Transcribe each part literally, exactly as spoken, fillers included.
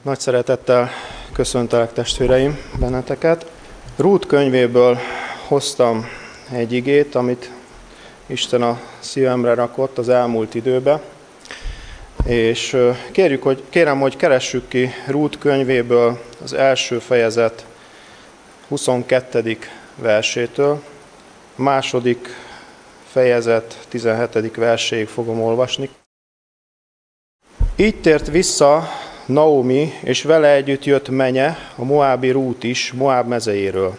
Nagy szeretettel köszöntelek, testvéreim, benneteket. Rút könyvéből hoztam egy igét, amit Isten a szívemre rakott az elmúlt időbe. És kérjük, hogy, kérem, hogy keressük ki Rút könyvéből az első fejezet huszonkettedik versétől, a második fejezet tizenhetedik verséig fogom olvasni. Így tért vissza Naomi, és vele együtt jött menye, a moábi Rút is, Moáb mezejéről.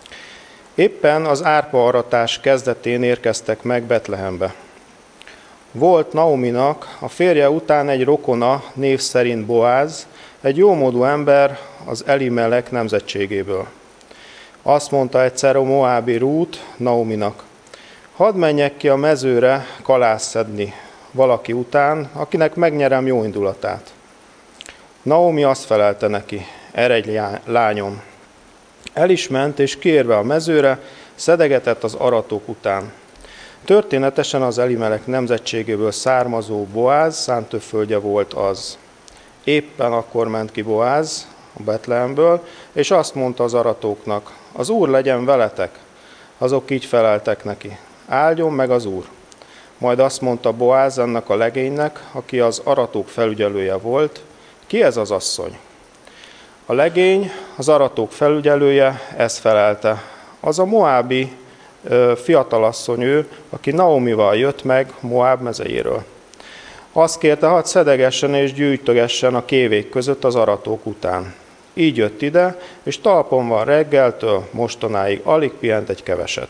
Éppen az árpaaratás kezdetén érkeztek meg Betlehembe. Volt Naominak a férje után egy rokona, név szerint Boáz, egy jómódú ember az Elimelek nemzetségéből. Azt mondta egyszer a moábi Rút Naominak: hadd menjek ki a mezőre kalászt szedni valaki után, akinek megnyerem jó indulatát. Naomi azt felelte neki: eredj, lányom. El is ment, és kérve a mezőre, szedegetett az aratók után. Történetesen az Elimelek nemzetségéből származó Boáz szántóföldje volt az. Éppen akkor ment ki Boáz a Betlehemből, és azt mondta az aratóknak: az Úr legyen veletek. Azok így feleltek neki: áldjon meg az Úr. Majd azt mondta Boáz annak a legénynek, aki az aratók felügyelője volt: ki ez az asszony? A legény, az aratók felügyelője ezt felelte: az a moábi fiatalasszony ő, aki Naomival jött meg Moáb mezejéről. Azt kérte, hadd szedegessen és gyűjtögessen a kévék között az aratók után. Így jött ide, és talpon van reggeltől mostanáig, alig pihent egy keveset.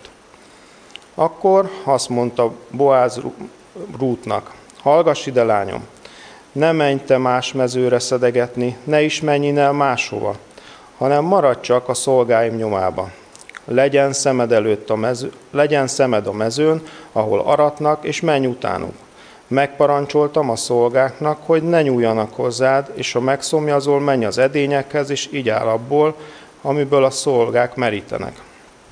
Akkor azt mondta Boáz Rútnak: hallgass ide, lányom, ne menj te más mezőre szedegetni, ne is menj innen máshova, hanem maradj csak a szolgáim nyomába. Legyen szemed előtt a mező, legyen szemed a mezőn, ahol aratnak, és menj utánuk. Megparancsoltam a szolgáknak, hogy ne nyúljanak hozzád, és ha megszomjazol, menj az edényekhez, és igyál abból, amiből a szolgák merítenek.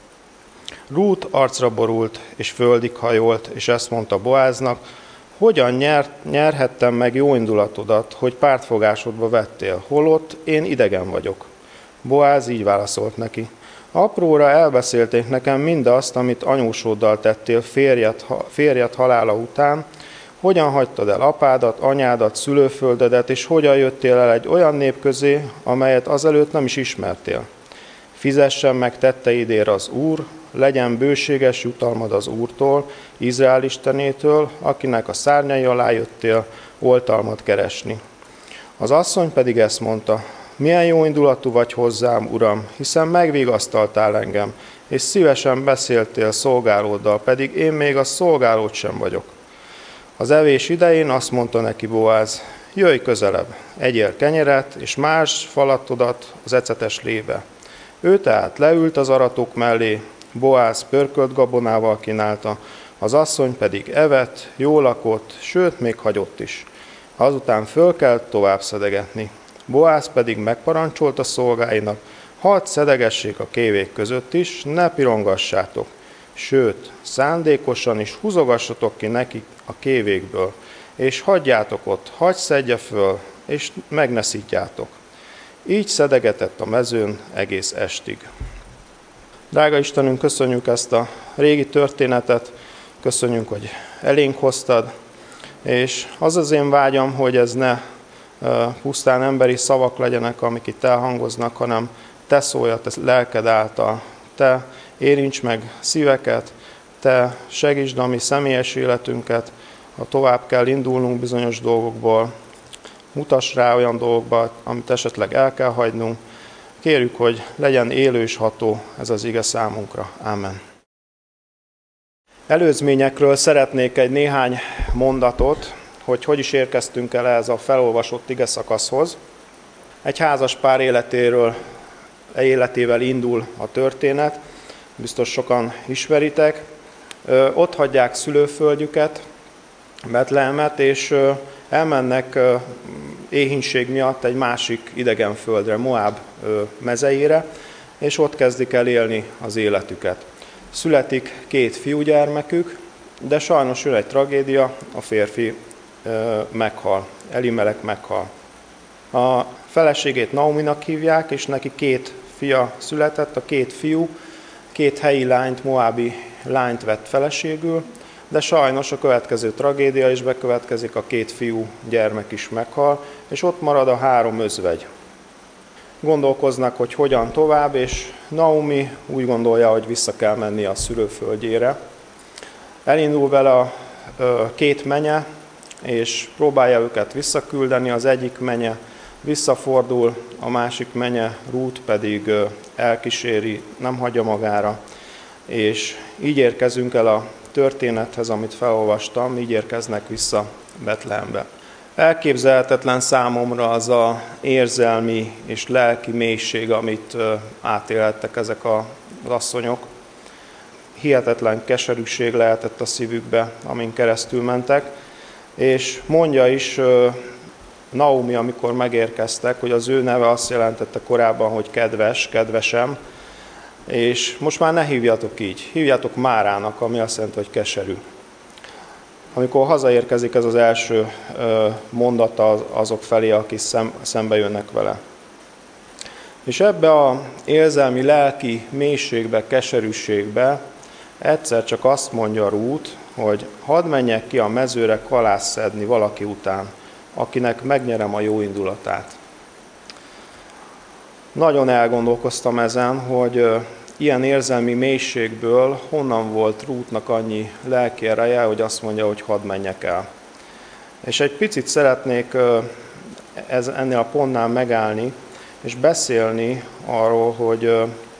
Rút arcra borult, és földig hajolt, és ezt mondta Boáznak: hogyan nyer, nyerhettem meg jó indulatodat, hogy pártfogásodba vettél, holott én idegen vagyok? Boáz így válaszolt neki: apróra elbeszélték nekem mindazt, amit anyósoddal tettél férjed, férjed halála után, hogyan hagytad el apádat, anyádat, szülőföldedet, és hogyan jöttél el egy olyan nép közé, amelyet azelőtt nem is ismertél. Fizessen meg tetteidért az Úr, legyen bőséges jutalmad az Úrtól, Izrael Istenétől, akinek a szárnyai alá jöttél oltalmat keresni. Az asszony pedig ezt mondta: milyen jó indulatú vagy hozzám, uram, hiszen megvigasztaltál engem, és szívesen beszéltél szolgálóddal, pedig én még a szolgálód sem vagyok. Az evés idején azt mondta neki Boáz: jöjj közelebb, egyél kenyeret, és más falatodat az ecetes lébe. Ő tehát leült az aratók mellé, Boáz pörkölt gabonával kínálta, az asszony pedig evett, jól lakott, sőt, még hagyott is. Azután fölkelt tovább szedegetni. Boáz pedig megparancsolt a szolgáinak: hadd szedegessék a kévék között is, ne pirongassátok, sőt, szándékosan is húzogassatok ki nekik a kévékből, és hagyjátok ott, hadd szedje föl, és meg ne szítjátok. Így szedegetett a mezőn egész estig. Drága Istenünk, köszönjük ezt a régi történetet, köszönjük, hogy elénk hoztad, és az az én vágyam, hogy ez ne pusztán emberi szavak legyenek, amik itt elhangoznak, hanem te szólj a te lelked által, te érints meg szíveket, te segítsd a mi személyes életünket, ha tovább kell indulnunk bizonyos dolgokból, mutass rá olyan dolgokba, amit esetleg el kell hagynunk. Kérjük, hogy legyen élő és ható ez az ige számunkra. Ámen. Előzményekről szeretnék egy néhány mondatot, hogy hogy is érkeztünk el ehhez a felolvasott ige szakaszhoz. Egy házas pár életéről, életével indul a történet, biztos sokan ismeritek. Ott hagyják szülőföldjüket, Betlehemet, és elmennek éhínség miatt egy másik idegen földre, Moáb mezejére, és ott kezdik el élni az életüket. Születik két fiúgyermekük, de sajnos jön egy tragédia, a férfi meghal, Elimelek meghal. A Feleségét Naominak hívják, és neki két fia született, a két fiú, két helyi lányt, moábi lányt vett feleségül, de sajnos a következő tragédia is bekövetkezik, a két fiú gyermek is meghal, és ott marad a három özvegy. Gondolkoznak, hogy hogyan tovább, és Naomi úgy gondolja, hogy vissza kell menni a szülőföldjére. Elindul vele a két menye, és próbálja őket visszaküldeni, az egyik menye visszafordul, a másik menye, Rút pedig elkíséri, nem hagyja magára, és így érkezünk el a történethez, amit felolvastam, így érkeznek vissza Betlehembe. Elképzelhetetlen számomra az az érzelmi és lelki mélység, amit átélhettek ezek az asszonyok. Hihetetlen keserűség lehetett a szívükbe, amin keresztül mentek, és mondja is Naomi, amikor megérkeztek, hogy az ő neve azt jelentette korábban, hogy kedves, kedvesem, és most már ne hívjatok így, hívjátok Márának, ami azt jelenti, hogy keserű. Amikor hazaérkezik, ez az első mondata azok felé, akik szembe jönnek vele. És ebbe az érzelmi, lelki mélységbe, keserűségbe egyszer csak azt mondja Rút, hogy hadd menjek ki a mezőre kalászt szedni valaki után, akinek megnyerem a jó indulatát. Nagyon elgondolkoztam ezen, hogy ilyen érzelmi mélységből honnan volt Rútnak annyi lelki ereje, hogy azt mondja, hogy hadd menjek el. És egy picit szeretnék ez, ennél a pontnál megállni, és beszélni arról, hogy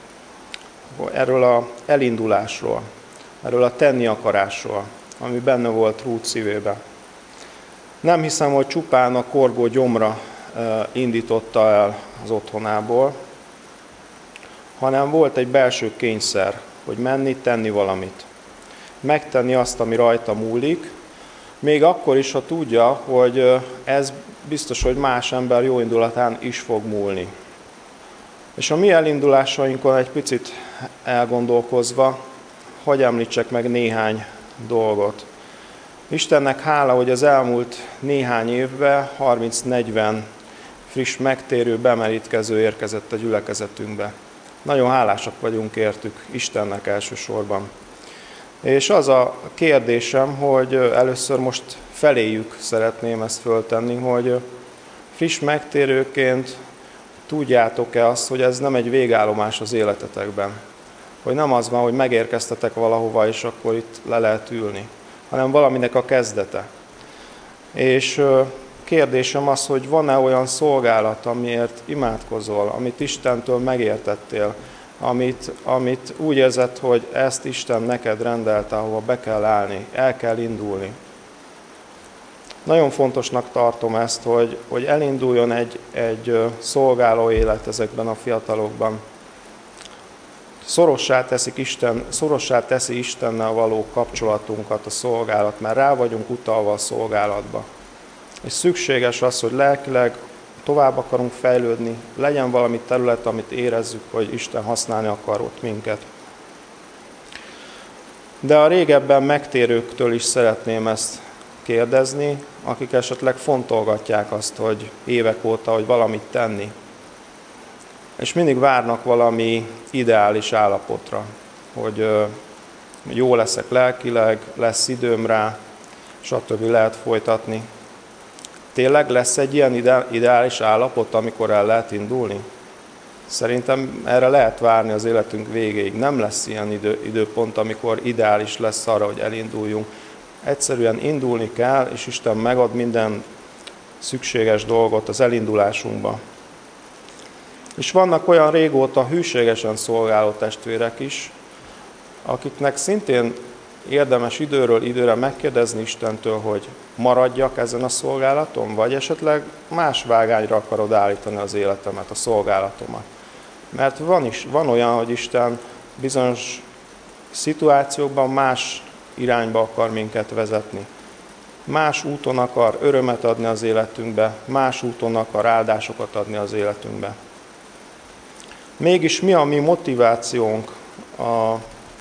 erről az elindulásról, erről a tenni akarásról, ami benne volt Rút szívében. Nem hiszem, hogy csupán a korgó gyomra indította el az otthonából, hanem volt egy belső kényszer, hogy menni, tenni valamit. Megtenni azt, ami rajta múlik, még akkor is, ha tudja, hogy ez biztos, hogy más ember jó indulatán is fog múlni. És a mi elindulásainkon egy picit elgondolkozva, hadd említsek meg néhány dolgot. Istennek hála, hogy az elmúlt néhány évben harminc-negyven friss megtérő, bemerítkező érkezett a gyülekezetünkbe. Nagyon hálásak vagyunk értük, Istennek elsősorban. És az a kérdésem, hogy először most feléjük szeretném ezt föltenni, hogy friss megtérőként tudjátok-e azt, hogy ez nem egy végállomás az életetekben? Hogy nem az van, hogy megérkeztetek valahova, és akkor itt le lehet ülni, hanem valaminek a kezdete. És kérdésem az, hogy van-e olyan szolgálat, amiért imádkozol, amit Istentől megértettél, amit, amit úgy érzed, hogy ezt Isten neked rendelte, ahova be kell állni, el kell indulni. Nagyon fontosnak tartom ezt, hogy, hogy elinduljon egy, egy szolgáló élet ezekben a fiatalokban. Szorossá, teszik Isten, szorossá teszi Istennel való kapcsolatunkat a szolgálat, mert rá vagyunk utalva a szolgálatba. És szükséges az, hogy lelkileg tovább akarunk fejlődni, legyen valami terület, amit érezzük, hogy Isten használni akar ott minket. De a régebben megtérőktől is szeretném ezt kérdezni, akik esetleg fontolgatják azt, hogy évek óta, hogy valamit tenni. És mindig várnak valami ideális állapotra, hogy jó leszek lelkileg, lesz időm rá, stb. Lehet folytatni. Tényleg lesz egy ilyen ideális állapot, amikor el lehet indulni? Szerintem erre lehet várni az életünk végéig. Nem lesz ilyen idő, időpont, amikor ideális lesz arra, hogy elinduljunk. Egyszerűen indulni kell, és Isten megad minden szükséges dolgot az elindulásunkba. És vannak olyan régóta hűségesen szolgáló testvérek is, akiknek szintén érdemes időről időre megkérdezni Istentől, hogy maradjak ezen a szolgálaton, vagy esetleg más vágányra akarod állítani az életemet, a szolgálatomat. Mert van, is, van olyan, hogy Isten bizonyos szituációkban más irányba akar minket vezetni. Más úton akar örömet adni az életünkbe, más úton akar áldásokat adni az életünkbe. Mégis mi a mi motivációnk a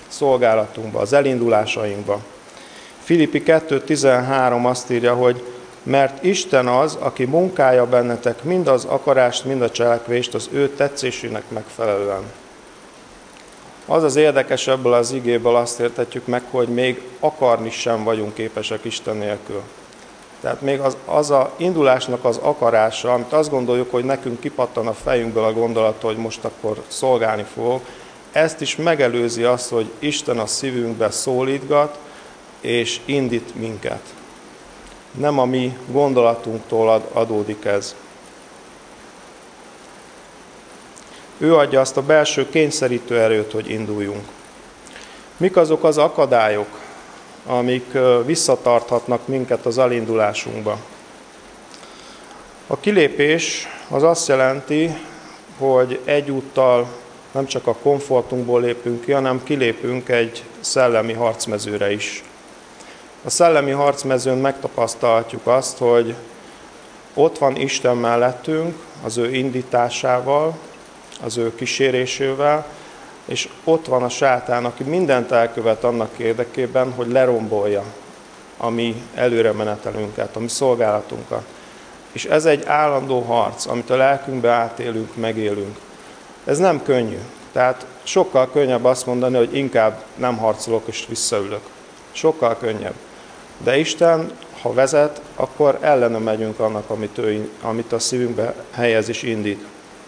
szolgálatunkba, az elindulásainkba? Filippi kettő tizenhárom azt írja, hogy Mert Isten az, aki munkálja bennetek mind az akarást, mind a cselekvést az ő tetszésének megfelelően. Az az érdekes ebből az igéből, azt értetjük meg, hogy még akarni sem vagyunk képesek Isten nélkül. Tehát még az, az a indulásnak az akarása, amit azt gondoljuk, hogy nekünk kipattan a fejünkből a gondolat, hogy most akkor szolgálni fogok, ezt is megelőzi azt, hogy Isten a szívünkbe szólítgat és indít minket. Nem a mi gondolatunktól adódik ez. Ő adja azt a belső kényszerítő erőt, hogy induljunk. Mik azok az akadályok, amik visszatarthatnak minket az elindulásunkba? A kilépés az azt jelenti, hogy egyúttal nem csak a komfortunkból lépünk ki, hanem kilépünk egy szellemi harcmezőre is. A szellemi harcmezőn megtapasztalhatjuk azt, hogy ott van Isten mellettünk, az ő indításával, az ő kísérésével, és ott van a sátán, aki mindent elkövet annak érdekében, hogy lerombolja a mi előremenetelünket, a mi szolgálatunkat. És ez egy állandó harc, amit a lelkünkbe átélünk, megélünk. Ez nem könnyű. Tehát sokkal könnyebb azt mondani, hogy inkább nem harcolok és visszaülök. Sokkal könnyebb. De Isten, ha vezet, akkor ellene megyünk annak, amit, ő, amit a szívünkbe helyez és indít.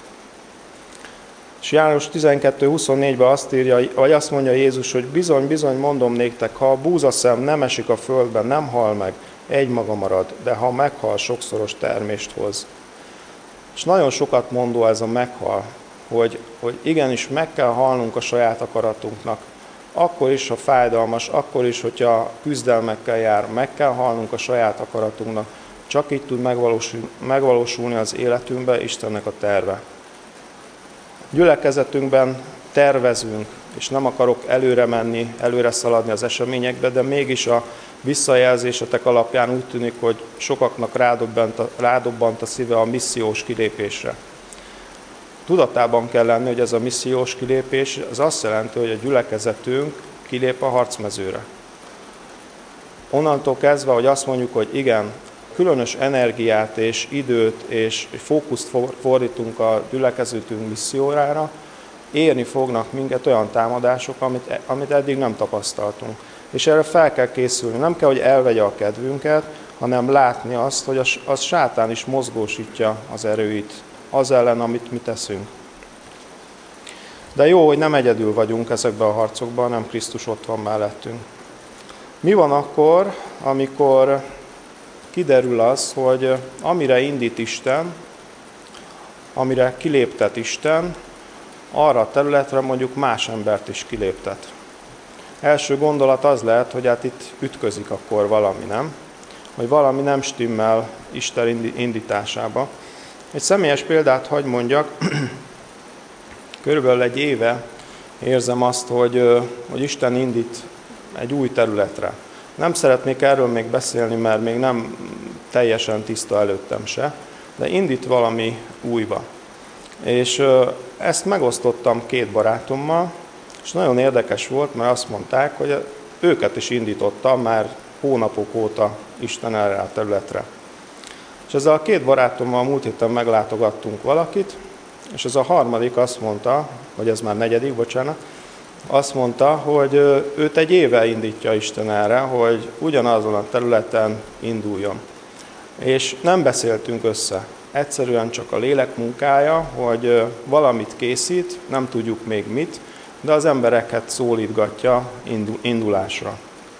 És János tizenkettő huszonnégyben azt írja, vagy azt mondja Jézus, hogy bizony, bizony mondom néktek, ha a búzaszem nem esik a földben, nem hal meg, egymaga marad, de ha meghal, sokszoros termést hoz. És nagyon sokat mondó ez a meghal, hogy, hogy igenis meg kell halnunk a saját akaratunknak. Akkor is, ha fájdalmas, akkor is, hogyha küzdelmekkel jár, meg kell halnunk a saját akaratunknak. Csak így tud megvalósul, megvalósulni az életünkbe Istennek a terve. Gyülekezetünkben tervezünk, és nem akarok előre menni, előre szaladni az eseményekbe, de mégis a visszajelzésetek alapján úgy tűnik, hogy sokaknak rádobbant a, rádobbant a szíve a missziós kilépésre. Tudatában kell lenni, hogy ez a missziós kilépés, az azt jelenti, hogy a gyülekezetünk kilép a harcmezőre. Onnantól kezdve, hogy azt mondjuk, hogy igen, különös energiát és időt és fókuszt fordítunk a gyülekezetünk missziórára, érni fognak minket olyan támadások, amit, amit eddig nem tapasztaltunk. És erre fel kell készülni. Nem kell, hogy elvegye a kedvünket, hanem látni azt, hogy az, az sátán is mozgósítja az erőit az ellen, amit mi teszünk. De jó, hogy nem egyedül vagyunk ezekben a harcokban, hanem Krisztus ott van mellettünk. Mi van akkor, amikor kiderül az, hogy amire indít Isten, amire kiléptet Isten, arra a területre mondjuk más embert is kiléptet. Első gondolat az lehet, hogy hát itt ütközik akkor valami, nem? Hogy valami nem stimmel Isten indításába. Egy személyes példát hadd mondjak. Körülbelül egy éve érzem azt, hogy, hogy Isten indít egy új területre. Nem szeretnék erről még beszélni, mert még nem teljesen tiszta előttem se, de indít valami újba. És ezt megosztottam két barátommal, és nagyon érdekes volt, mert azt mondták, hogy őket is indította már hónapok óta Isten erre a területre. És ezzel a két barátommal múlt héten meglátogattunk valakit, és ez a harmadik azt mondta, vagy ez már negyedik, bocsánat, azt mondta, hogy őt egy éve indítja Isten erre, hogy ugyanazon a területen induljon. És nem beszéltünk össze. Egyszerűen csak a lélek munkája, hogy valamit készít, nem tudjuk még mit, de az embereket szólítgatja indulásra.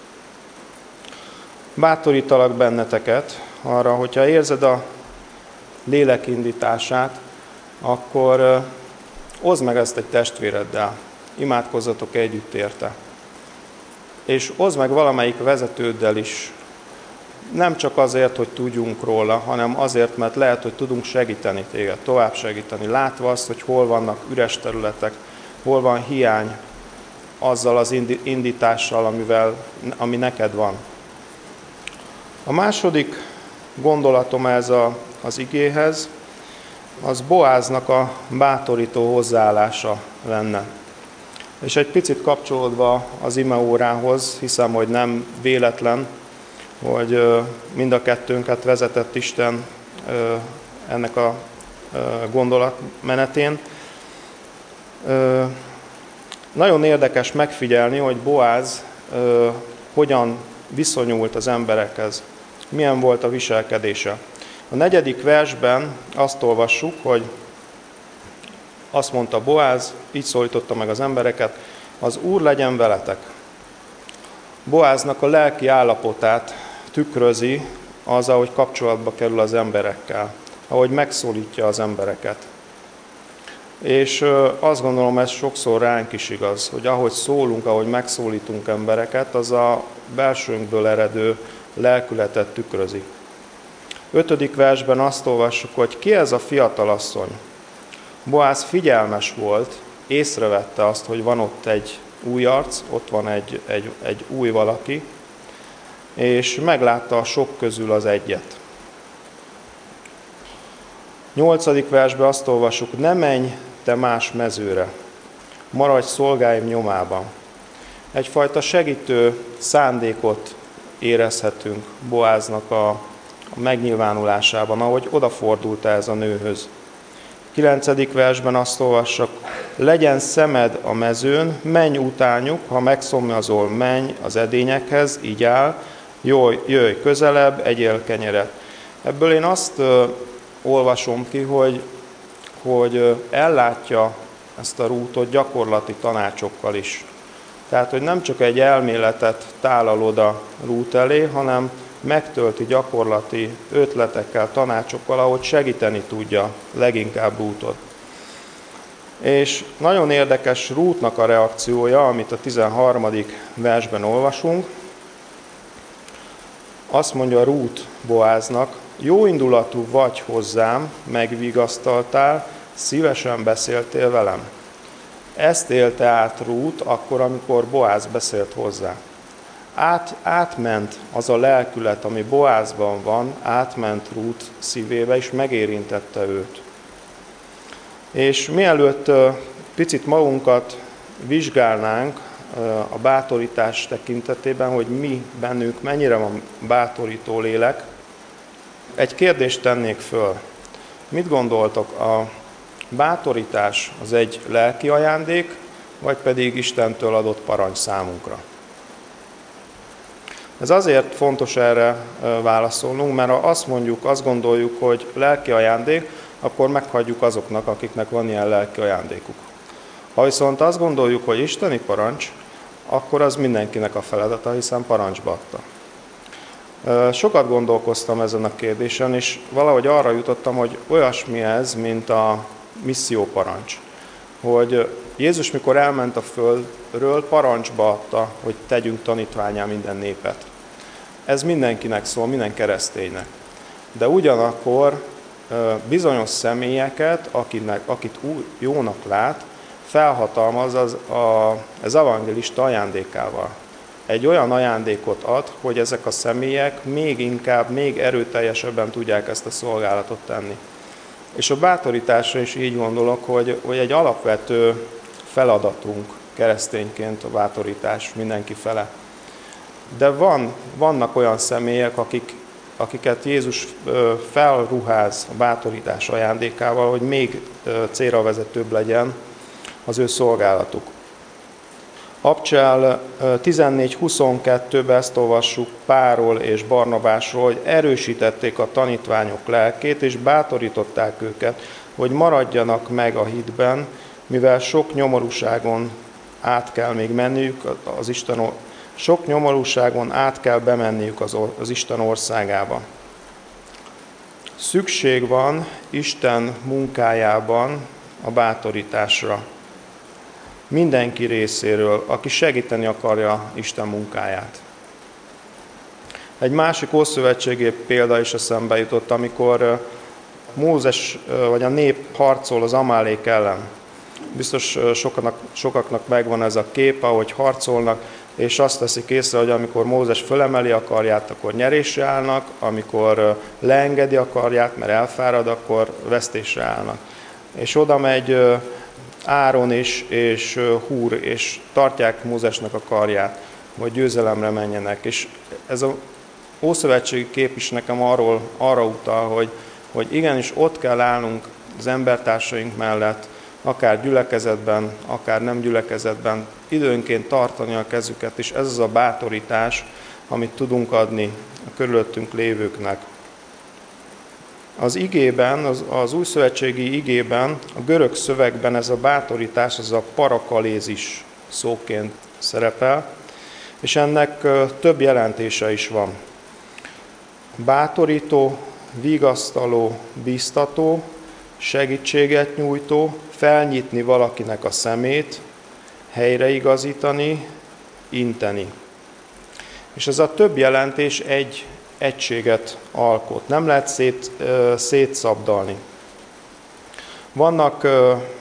Bátorítalak benneteket arra, hogyha érzed a lélek indítását, akkor oszd meg ezt egy testvéreddel, imádkozzatok együtt érte. És oszd meg valamelyik vezetőddel is, nem csak azért, hogy tudjunk róla, hanem azért, mert lehet, hogy tudunk segíteni téged, tovább segíteni, látva azt, hogy hol vannak üres területek, hol van hiány azzal az indítással, amivel, ami neked van. A második gondolatom ez a, az igéhez, az Boáznak a bátorító hozzáállása lenne. És egy picit kapcsolódva az imeórához, hiszem, hogy nem véletlen, hogy mind a kettőnket vezetett Isten ennek a gondolatmenetén. Nagyon érdekes megfigyelni, hogy Boáz hogyan viszonyult az emberekhez, milyen volt a viselkedése. A negyedik versben azt olvassuk, hogy azt mondta Boáz, így szólította meg az embereket, az Úr legyen veletek. Boáznak a lelki állapotát tükrözi az, ahogy kapcsolatba kerül az emberekkel, ahogy megszólítja az embereket. És azt gondolom, ez sokszor ránk is igaz, hogy ahogy szólunk, ahogy megszólítunk embereket, az a belsőnkből eredő lelkületet tükrözi. Ötödik versben azt olvassuk, hogy ki ez a fiatalasszony? Boáz figyelmes volt, észrevette azt, hogy van ott egy új arc, ott van egy, egy, egy új valaki, és meglátta a sok közül az egyet. Nyolcadik versben azt olvassuk, ne menj te más mezőre, maradj szolgáim nyomában. Egyfajta segítő szándékot érezhetünk Boáznak a, a megnyilvánulásában, ahogy odafordult ez a nőhöz. Kilencedik versben azt olvassuk, legyen szemed a mezőn, menj utánjuk, ha megszomjazol, menj az edényekhez, így áll, jöjj, jöjj közelebb, egyél kenyeret. Ebből én azt ö, olvasom ki, hogy, hogy ö, ellátja ezt a Rútot gyakorlati tanácsokkal is. Tehát, hogy nem csak egy elméletet tálal oda Rút elé, hanem megtölti gyakorlati ötletekkel, tanácsokkal, ahogy segíteni tudja leginkább Rútot. És nagyon érdekes Rútnak a reakciója, amit a tizenharmadik versben olvasunk. Azt mondja Rút Boáznak, jó indulatú vagy hozzám, megvigasztaltál, szívesen beszéltél velem. Ezt élte át Rút akkor, amikor Boáz beszélt hozzá. Át, átment az a lelkület, ami Boázban van, átment Rút szívébe, és megérintette őt. És mielőtt picit magunkat vizsgálnánk a bátorítás tekintetében, hogy mi bennünk mennyire van bátorító lélek, egy kérdést tennék föl. Mit gondoltok, a bátorítás az egy lelki ajándék, vagy pedig Istentől adott parancs számunkra? Ez azért fontos erre válaszolnunk, mert ha azt mondjuk, azt gondoljuk, hogy lelki ajándék, akkor meghagyjuk azoknak, akiknek van ilyen lelki ajándékuk. Ha viszont azt gondoljuk, hogy isteni parancs, akkor az mindenkinek a feladata, hiszen parancsba adta. Sokat gondolkoztam ezen a kérdésen, és valahogy arra jutottam, hogy olyasmi ez, mint a misszióparancs. Hogy Jézus, mikor elment a földről, parancsba adta, hogy tegyünk tanítvánnyá minden népet. Ez mindenkinek szól, minden kereszténynek. De ugyanakkor bizonyos személyeket, akinek, akit jónak lát, felhatalmaz az, a, az evangélista ajándékával. Egy olyan ajándékot ad, hogy ezek a személyek még inkább, még erőteljesebben tudják ezt a szolgálatot tenni. És a bátorításra is így gondolok, hogy, hogy egy alapvető feladatunk keresztényként a bátorítás mindenki fele. De van, vannak olyan személyek, akik, akiket Jézus felruház a bátorítás ajándékával, hogy még célra vezetőbb legyen az ő szolgálatuk. Abcsel tizennégy huszonkettőben ezt olvassuk Pálról és Barnabásról, hogy erősítették a tanítványok lelkét, és bátorították őket, hogy maradjanak meg a hitben, mivel sok nyomorúságon át kell még menniük az Isten, sok nyomorúságon át kell bemenniük az, az Isten országába. Szükség van Isten munkájában a bátorításra. Mindenki részéről, aki segíteni akarja Isten munkáját. Egy másik ószövetségi példa is eszembe jutott, amikor Mózes vagy a nép harcol az Amálék ellen. Biztos sokaknak, sokaknak megvan ez a kép, ahogy harcolnak, és azt teszik észre, hogy amikor Mózes fölemeli a karját, akkor nyerésre állnak, amikor leengedi a karját, mert elfárad, akkor vesztésre állnak. És oda megy Áron is, és Húr, és tartják Mózesnek a karját, hogy győzelemre menjenek. És ez a ószövetségi kép is nekem arról, arra utal, hogy, hogy igenis ott kell állnunk az embertársaink mellett, akár gyülekezetben, akár nem gyülekezetben, időnként tartani a kezüket, és ez az a bátorítás, amit tudunk adni a körülöttünk lévőknek. Az igében, az, az újszövetségi igében, a görög szövegben ez a bátorítás, ez a parakalézis szóként szerepel, és ennek több jelentése is van. Bátorító, vigasztaló, bíztató, segítséget nyújtó, felnyitni valakinek a szemét, helyreigazítani, inteni. És ez a több jelentés egy egységet alkot. Nem lehet szét, szétszabdalni. Vannak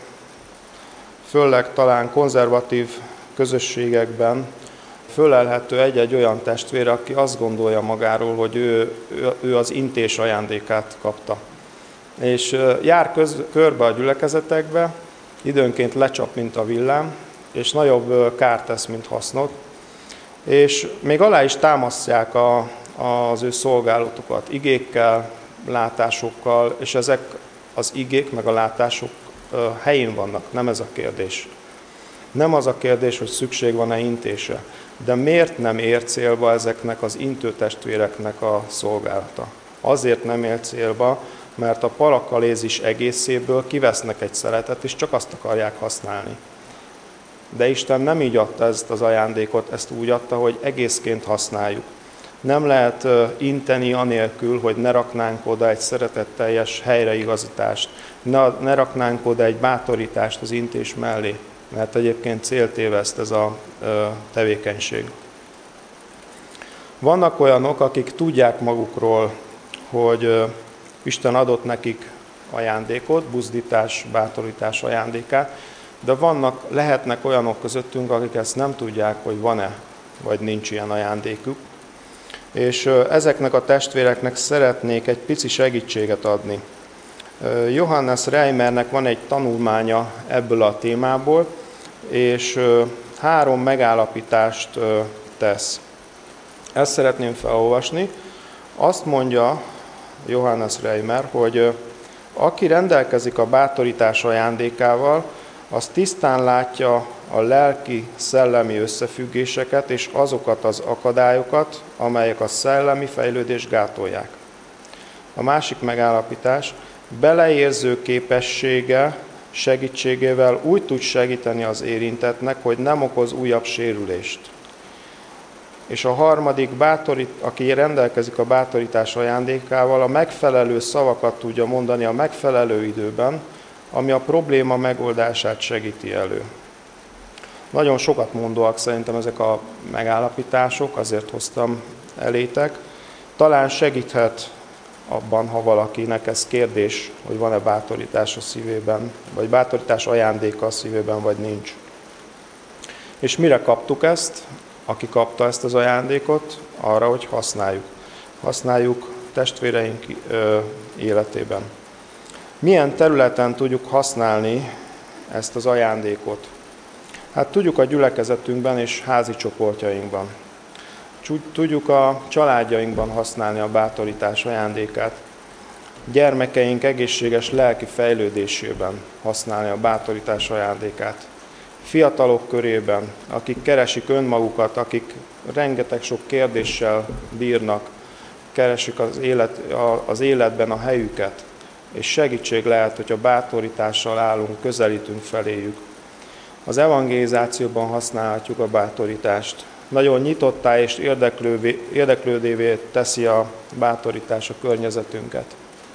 főleg talán konzervatív közösségekben fölelhető egy-egy olyan testvér, aki azt gondolja magáról, hogy ő, ő az intés ajándékát kapta. És jár köz, körbe a gyülekezetekbe, időnként lecsap, mint a villám, és nagyobb kárt tesz, mint hasznot. És még alá is támasztják a, az ő szolgálatokat igékkel, látásokkal, és ezek az igék meg a látások helyén vannak, nem ez a kérdés. Nem az a kérdés, hogy szükség van-e intése, de miért nem ér célba ezeknek az intő testvéreknek a szolgálata? Azért nem ér célba, mert a parakalézis egészéből kivesznek egy szeletet, és csak azt akarják használni. De Isten nem így adta ezt az ajándékot, ezt úgy adta, hogy egészként használjuk. Nem lehet inteni anélkül, hogy ne raknánk oda egy szeretetteljes helyreigazítást, ne, ne raknánk oda egy bátorítást az intés mellé, mert egyébként céltéveszt ez a tevékenység. Vannak olyanok, akik tudják magukról, hogy Isten adott nekik ajándékot, buzdítás, bátorítás ajándékát, de vannak, lehetnek olyanok közöttünk, akik ezt nem tudják, hogy van-e, vagy nincs ilyen ajándékuk. És ezeknek a testvéreknek szeretnék egy pici segítséget adni. Johannes Reimernek van egy tanulmánya ebből a témából, és három megállapítást tesz. Ezt szeretném felolvasni. Azt mondja Johannes Reimer, hogy aki rendelkezik a bátorítás ajándékával, az tisztán látja a lelki-szellemi összefüggéseket és azokat az akadályokat, amelyek a szellemi fejlődést gátolják. A másik megállapítás, beleérző képessége segítségével úgy tud segíteni az érintettnek, hogy nem okoz újabb sérülést. És a harmadik, bátorít, aki rendelkezik a bátorítás ajándékával, a megfelelő szavakat tudja mondani a megfelelő időben, ami a probléma megoldását segíti elő. Nagyon sokat mondóak szerintem ezek a megállapítások, azért hoztam elétek. Talán segíthet abban, ha valakinek ez kérdés, hogy van-e bátorítás a szívében, vagy bátorítás ajándéka a szívében, vagy nincs. És mire kaptuk ezt? Aki kapta ezt az ajándékot, arra, hogy használjuk. Használjuk testvéreink életében. Milyen területen tudjuk használni ezt az ajándékot? Hát tudjuk a gyülekezetünkben és házi csoportjainkban. Tudjuk a családjainkban használni a bátorítás ajándékát. Gyermekeink egészséges lelki fejlődésében használni a bátorítás ajándékát. Fiatalok körében, akik keresik önmagukat, akik rengeteg sok kérdéssel bírnak, keresik az, élet, az életben a helyüket, és segítség lehet, hogyha bátorítással állunk, közelítünk feléjük. Az evangelizációban használhatjuk a bátorítást. Nagyon nyitottá és érdeklődévé teszi a bátorítás a környezetünket.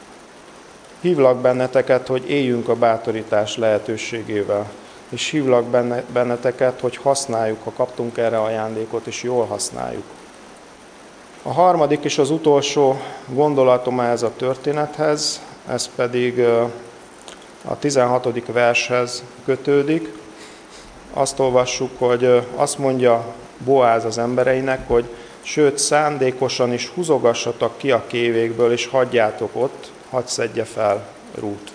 Hívlak benneteket, hogy éljünk a bátorítás lehetőségével, és hívlak benneteket, hogy használjuk, ha kaptunk erre ajándékot, és jól használjuk. A harmadik és az utolsó gondolatom ehhez a történethez, ez pedig a tizenhatodik vershez kötődik. Azt olvassuk, hogy azt mondja Boáz az embereinek, hogy sőt, szándékosan is húzogassatok ki a kévékből, és hagyjátok ott, hadd szedje fel Rút.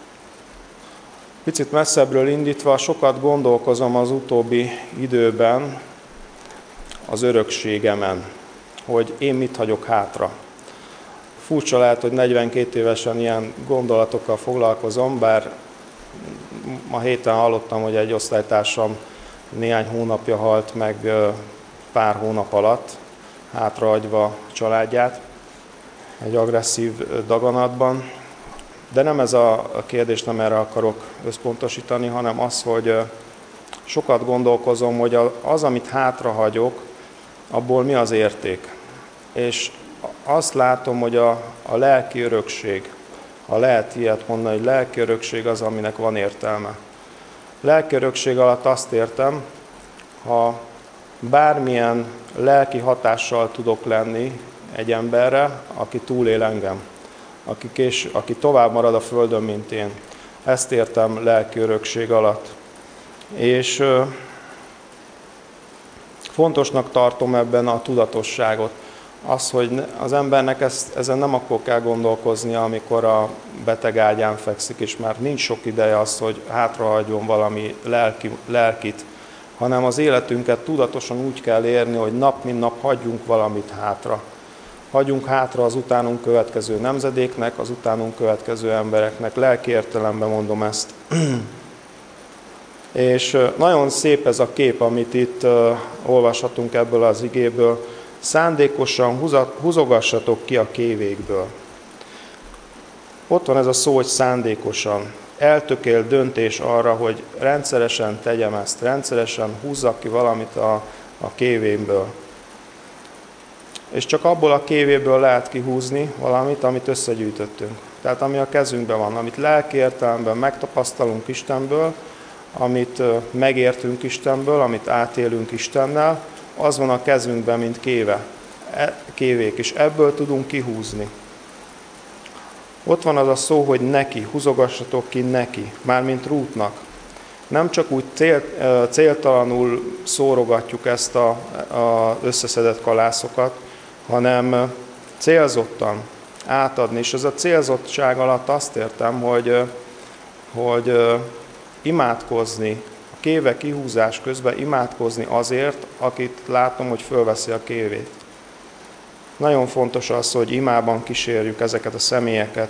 Picit messzebbről indítva, sokat gondolkozom az utóbbi időben az örökségemen. hogy én mit hagyok hátra. Furcsa lehet, hogy negyvenkét évesen ilyen gondolatokkal foglalkozom, bár ma héten hallottam, hogy egy osztálytársam néhány hónapja halt meg pár hónap alatt, hátrahagyva a családját egy agresszív daganatban. De nem ez a kérdés, nem erre akarok összpontosítani, hanem az, hogy sokat gondolkozom, hogy az, amit hátrahagyok, abból mi az érték. És azt látom, hogy a, a lelki örökség, ha lehet ilyet mondani, hogy lelki örökség az, aminek van értelme. Lelki örökség alatt azt értem, ha bármilyen lelki hatással tudok lenni egy emberre, aki túlél engem, aki, kés, aki tovább marad a földön, mint én. Ezt értem lelki örökség alatt. És ö, fontosnak tartom ebben a tudatosságot. Az, hogy az embernek ezt, ezen nem akkor kell gondolkoznia, amikor a beteg ágyán fekszik, és már nincs sok ideje az, hogy hátrahagyjon valami lelki, lelkit, hanem az életünket tudatosan úgy kell érni, hogy nap mint nap hagyjunk valamit hátra. Hagyjunk hátra az utánunk következő nemzedéknek, az utánunk következő embereknek, lelki értelemben mondom ezt. És nagyon szép ez a kép, amit itt olvashatunk ebből az igéből. Szándékosan húzogassatok ki a kévékből. Ott van ez a szó, hogy szándékosan. Eltökélt döntés arra, hogy rendszeresen tegyem ezt, rendszeresen húzzak ki valamit a, a kévémből. És csak abból a kévéből lehet kihúzni valamit, amit összegyűjtöttünk. Tehát ami a kezünkben van, amit lelki értelemben megtapasztalunk Istenből, amit megértünk Istenből, amit átélünk Istennel, az van a kezünkben, mint kéve, kévék, és ebből tudunk kihúzni. Ott van az a szó, hogy neki, húzogassatok ki neki, mármint Rútnak. Nem csak úgy cél, céltalanul szórogatjuk ezt a, a összeszedett kalászokat, hanem célzottan átadni. És ez a célzottság alatt azt értem, hogy, hogy imádkozni, a kéve kihúzás közben imádkozni azért, akit látom, hogy fölveszi a kévét. Nagyon fontos az, hogy imában kísérjük ezeket a személyeket.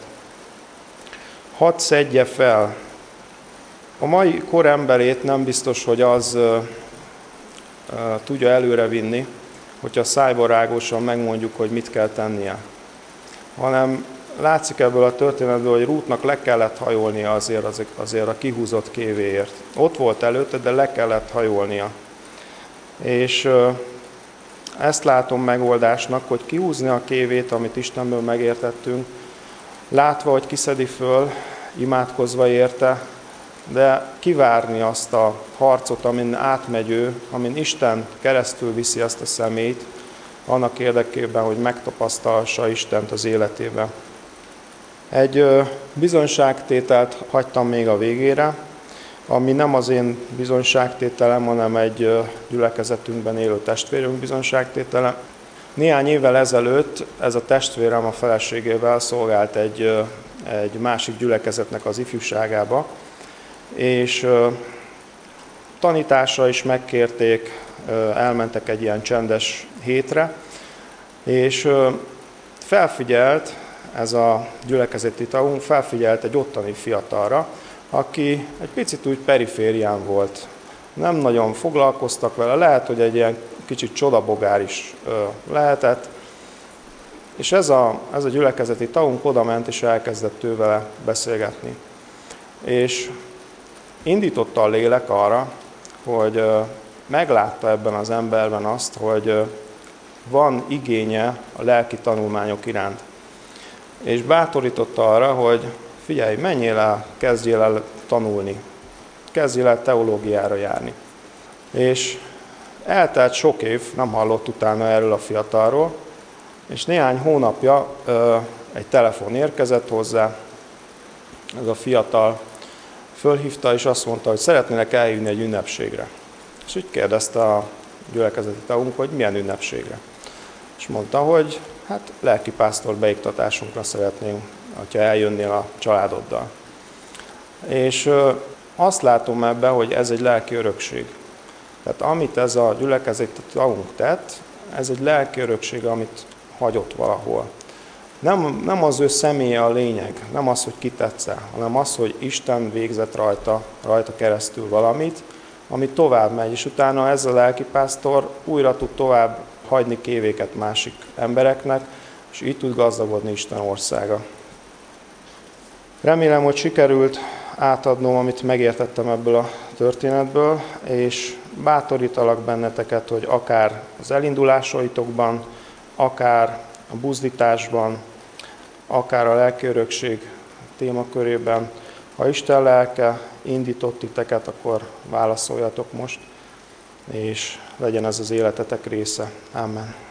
Hadd szedje fel. A mai kor emberét nem biztos, hogy az uh, uh, tudja előrevinni, hogyha szájbarágosan megmondjuk, hogy mit kell tennie. Hanem látszik ebből a történetből, hogy Rútnak le kellett hajolnia azért, azért a kihúzott kévéért. Ott volt előtte, de le kellett hajolnia. És uh, ezt látom megoldásnak, hogy kihúzni a kévét, amit Istenből megértettünk, látva, hogy kiszedi föl, imádkozva érte, de kivárni azt a harcot, amin átmegy ő, amin Isten keresztül viszi azt a személyt, annak érdekében, hogy megtapasztalhassa Istent az életében. Egy bizonyságtételt hagytam még a végére, ami nem az én bizonyságtételem, hanem egy gyülekezetünkben élő testvérünk bizonyságtétele. Néhány évvel ezelőtt ez a testvérem a feleségével szolgált egy, egy másik gyülekezetnek az ifjúságába, és tanításra is megkérték, elmentek egy ilyen csendes hétre, és felfigyelt, ez a gyülekezeti tagunk felfigyelt egy ottani fiatalra, aki egy picit úgy periférián volt. Nem nagyon foglalkoztak vele, lehet, hogy egy ilyen kicsit csodabogár is lehetett, és ez a, ez a gyülekezeti tagunk odament, és elkezdett ő vele beszélgetni. És indította a lélek arra, hogy meglátta ebben az emberben azt, hogy van igénye a lelki tanulmányok iránt. És bátorította arra, hogy figyelj, menjél el, kezdjél el tanulni, kezdjél el teológiára járni. És eltelt sok év, nem hallott utána erről a fiatalról, és néhány hónapja egy telefon érkezett hozzá, ez a fiatal fölhívta, és azt mondta, hogy szeretnének eljönni egy ünnepségre. És úgy kérdezte a gyülekezeti tagunk, hogy milyen ünnepségre. És mondta, hogy hát lelkipásztor beiktatásunkra szeretnénk, ha eljönnél a családoddal. És azt látom ebben, hogy ez egy lelki örökség. Tehát amit ez a gyülekezeti tagunk tett, ez egy lelki örökség, amit hagyott valahol. Nem, nem az ő személye a lényeg, nem az, hogy kitetszel, hanem az, hogy Isten végzett rajta, rajta keresztül valamit, ami tovább megy, és utána ez a lelkipásztor újra tud tovább hagyni kévéket másik embereknek, és így tud gazdagodni Isten országa. Remélem, hogy sikerült átadnom, amit megértettem ebből a történetből, és bátorítalak benneteket, hogy akár az elindulásaitokban, akár a buzdításban, akár a lelki örökség témakörében, ha Isten lelke indított titeket, akkor válaszoljatok most, és legyen ez az életetek része. Amen.